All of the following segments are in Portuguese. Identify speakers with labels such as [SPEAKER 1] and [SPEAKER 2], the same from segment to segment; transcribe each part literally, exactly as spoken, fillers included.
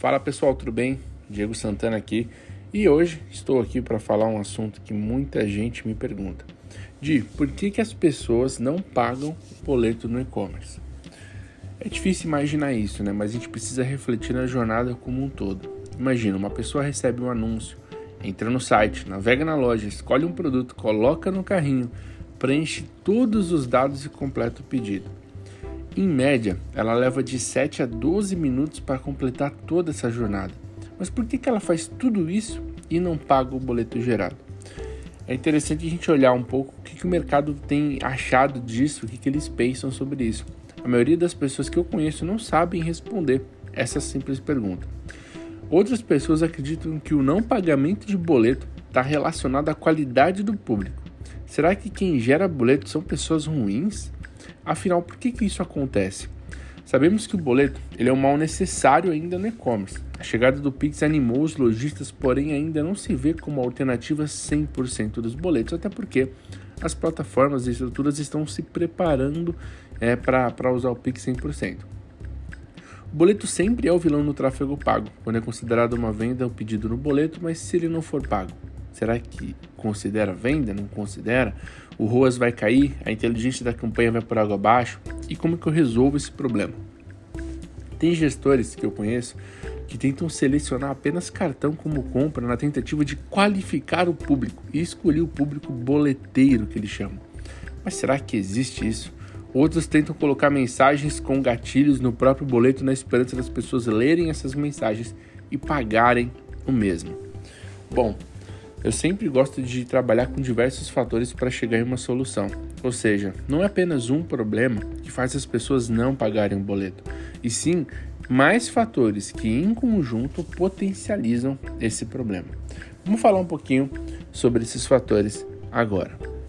[SPEAKER 1] Fala pessoal, tudo bem? Diego Santana aqui e hoje estou aqui para falar um assunto que muita gente me pergunta. Di, por que, que as pessoas não pagam o boleto no e-commerce? É difícil imaginar isso, né? Mas a gente precisa refletir na jornada como um todo. Imagina, uma pessoa recebe um anúncio, entra no site, navega na loja, escolhe um produto, coloca no carrinho, preenche todos os dados e completa o pedido. Em média, ela leva de sete a doze minutos para completar toda essa jornada. Mas por que, que ela faz tudo isso e não paga o boleto gerado? É interessante a gente olhar um pouco o que, que o mercado tem achado disso, o que, que eles pensam sobre isso. A maioria das pessoas que eu conheço não sabem responder essa simples pergunta. Outras pessoas acreditam que o não pagamento de boleto está relacionado à qualidade do público. Será que quem gera boleto são pessoas ruins? Afinal, por que, que isso acontece? Sabemos que o boleto ele é um mal necessário ainda no e-commerce. A chegada do Pix animou os lojistas, porém ainda não se vê como alternativa cem por cento dos boletos, até porque as plataformas e estruturas estão se preparando é, para usar o Pix cem por cento. O boleto sempre é o vilão no tráfego pago, quando é considerado uma venda o pedido no boleto, mas se ele não for pago, será que considera venda? Não considera? O R O A S vai cair? A inteligência da campanha vai por água abaixo? E como que eu resolvo esse problema? Tem gestores que eu conheço que tentam selecionar apenas cartão como compra na tentativa de qualificar o público e escolher o público boleteiro que eles chamam. Mas será que existe isso? Outros tentam colocar mensagens com gatilhos no próprio boleto na esperança das pessoas lerem essas mensagens e pagarem o mesmo. Bom, eu sempre gosto de trabalhar com diversos fatores para chegar em uma solução. Ou seja, não é apenas um problema que faz as pessoas não pagarem o boleto, e sim mais fatores que em conjunto potencializam esse problema. Vamos falar um pouquinho sobre esses fatores agora.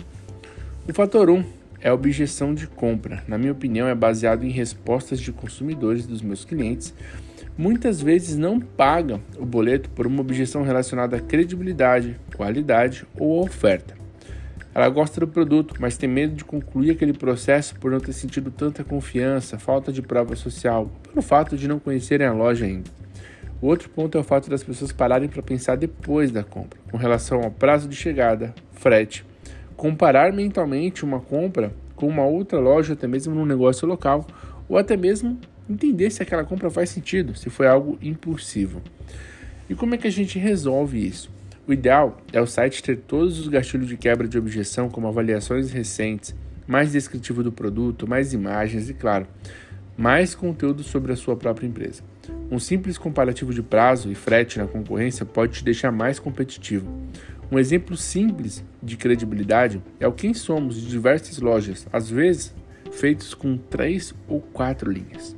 [SPEAKER 1] O fator um é a objeção de compra. Na minha opinião, é baseado em respostas de consumidores dos meus clientes. Muitas vezes não pagam o boleto por uma objeção relacionada à credibilidade, qualidade ou oferta. Ela gosta do produto, mas tem medo de concluir aquele processo por não ter sentido tanta confiança, falta de prova social, pelo fato de não conhecerem a loja ainda. O outro ponto é o fato das pessoas pararem para pensar depois da compra, com relação ao prazo de chegada, frete, comparar mentalmente uma compra com uma outra loja, até mesmo num negócio local, ou até mesmo entender se aquela compra faz sentido, se foi algo impulsivo. E como é que a gente resolve isso? O ideal é o site ter todos os gatilhos de quebra de objeção, como avaliações recentes, mais descritivo do produto, mais imagens e, claro, mais conteúdo sobre a sua própria empresa. Um simples comparativo de prazo e frete na concorrência pode te deixar mais competitivo. Um exemplo simples de credibilidade é o quem somos de diversas lojas, às vezes feitos com três ou quatro linhas.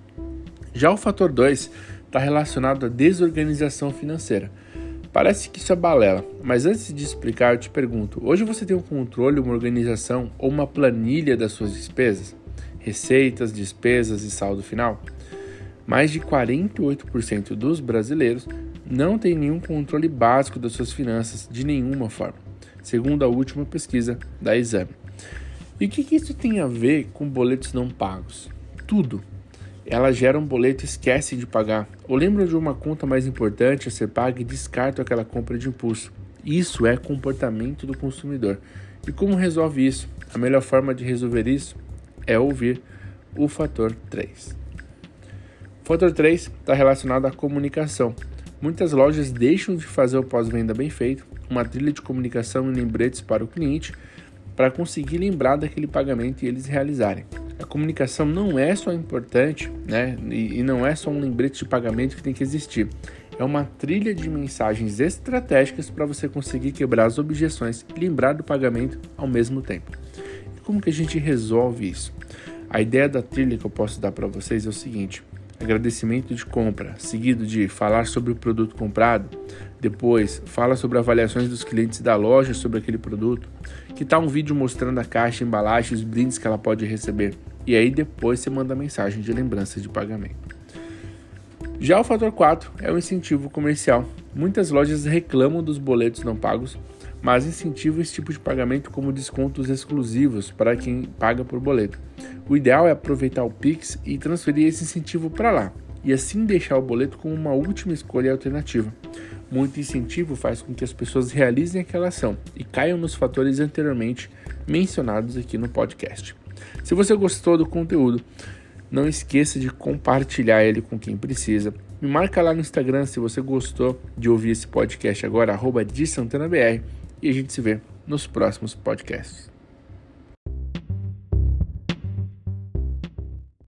[SPEAKER 1] Já o fator dois está relacionado à desorganização financeira. Parece que isso é balela, mas antes de explicar eu te pergunto, hoje você tem um controle, uma organização ou uma planilha das suas despesas? Receitas, despesas e saldo final? Mais de quarenta e oito por cento dos brasileiros não tem nenhum controle básico das suas finanças de nenhuma forma, segundo a última pesquisa da Exame. E o que, que isso tem a ver com boletos não pagos? Tudo. Ela gera um boleto e esquece de pagar, ou lembra de uma conta mais importante a ser paga e descarta aquela compra de impulso. Isso é comportamento do consumidor. E como resolve isso? A melhor forma de resolver isso é ouvir o fator três. O fator três está relacionado à comunicação. Muitas lojas deixam de fazer o pós-venda bem feito, uma trilha de comunicação e lembretes para o cliente, para conseguir lembrar daquele pagamento e eles realizarem. A comunicação não é só importante, né? E, e não é só um lembrete de pagamento que tem que existir. É uma trilha de mensagens estratégicas para você conseguir quebrar as objeções e lembrar do pagamento ao mesmo tempo. E como que a gente resolve isso? A ideia da trilha que eu posso dar para vocês é o seguinte: agradecimento de compra, seguido de falar sobre o produto comprado, depois fala sobre avaliações dos clientes da loja sobre aquele produto, que tal um vídeo mostrando a caixa, a embalagem, os brindes que ela pode receber, e aí depois você manda a mensagem de lembrança de pagamento. Já o fator quatro é o incentivo comercial. Muitas lojas reclamam dos boletos não pagos, mas incentivam esse tipo de pagamento como descontos exclusivos para quem paga por boleto. O ideal é aproveitar o Pix e transferir esse incentivo para lá. e assim deixar o boleto como uma última escolha e alternativa. Muito incentivo faz com que as pessoas realizem aquela ação e caiam nos fatores anteriormente mencionados aqui no podcast. Se você gostou do conteúdo, não esqueça de compartilhar ele com quem precisa. Me marca lá no Instagram se você gostou de ouvir esse podcast agora, arroba de Santana B R, e a gente se vê nos próximos podcasts.